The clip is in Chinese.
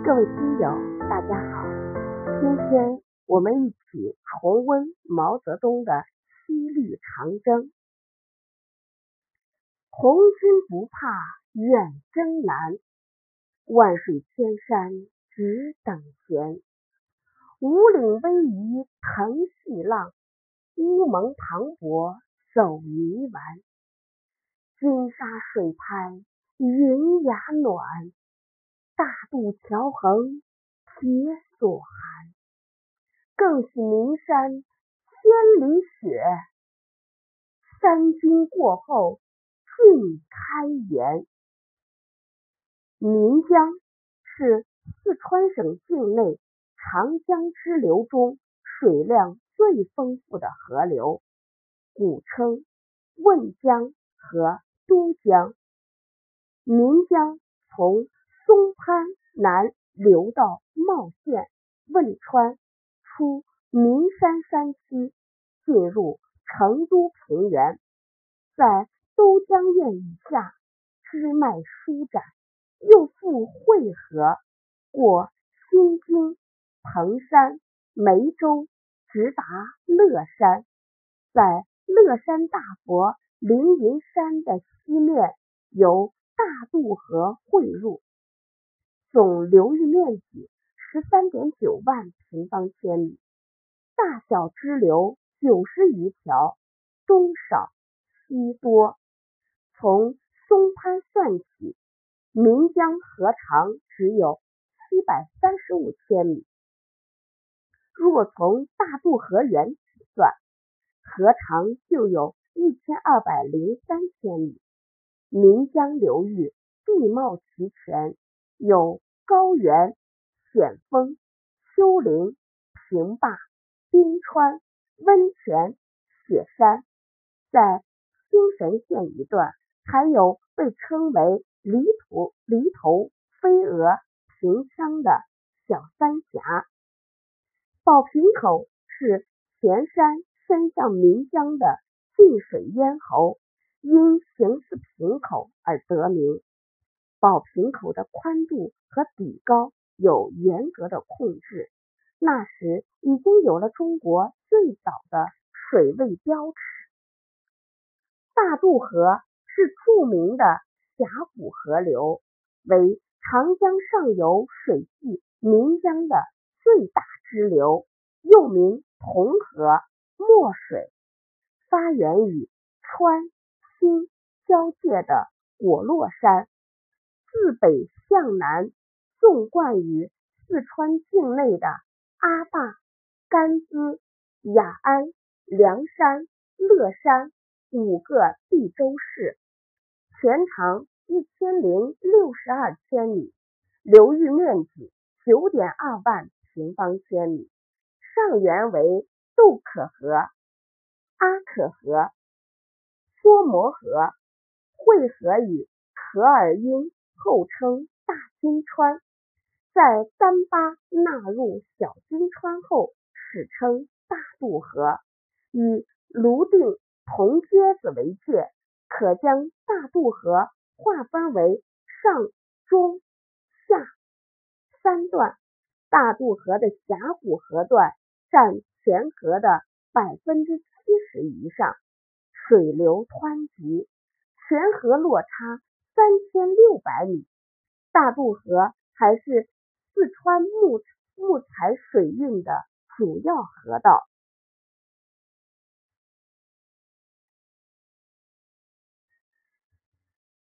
各位听友，大家好，今天我们一起重温毛泽东的西历长征。红军不怕远征难，万水千山只等闲。五岭逶迤腾细浪，乌蒙磅礴走泥丸。金沙水拍云崖暖，大渡桥横铁索寒。更喜岷山千里雪，三军过后尽开颜。岷江是四川省境内长江支流中水量最丰富的河流，古称汶江和都江。岷江从松潘南流到茂县、汶川，出岷山山区，进入成都平原，在都江堰以下支脉舒展，又附会河，过新津、彭山、梅州，直达乐山，在乐山大佛凌云山的西面由大渡河汇入，总流域面积 13.9 万平方千米，大小支流90余条，中少西多。从松潘算起，岷江河长只有735千米。若从大渡河源起算，河长就有1203千米。岷江流域地貌齐全，有高原、险峰、丘陵、平坝、冰川、温泉、雪山。在新神县一段还有被称为犁头飞蛾平羌的小三峡。宝瓶口是前山伸向岷江的进水咽喉，因形似瓶口而得名。宝瓶口的宽度和底高有严格的控制，那时已经有了中国最早的水位标尺。大渡河是著名的峡谷河流，为长江上游水系岷江的最大支流，又名同河、墨水，发源于川新交界的果洛山，自北向南纵贯于四川境内的阿坝、甘孜、雅安、凉山、乐山5个地州市，全长1062千米，流域面积9.2万平方千米。上源为窦可河、阿可河、梭摩河，汇合与可尔阴，后称大金川，在丹巴纳入小金川后史称大渡河，以泸定、铜街子为界，可将大渡河划分为上、中、下3段。大渡河的峡谷河段占全河的70%以上，水流湍急，全河落差3600米。大渡河还是四川木材水运的主要河道。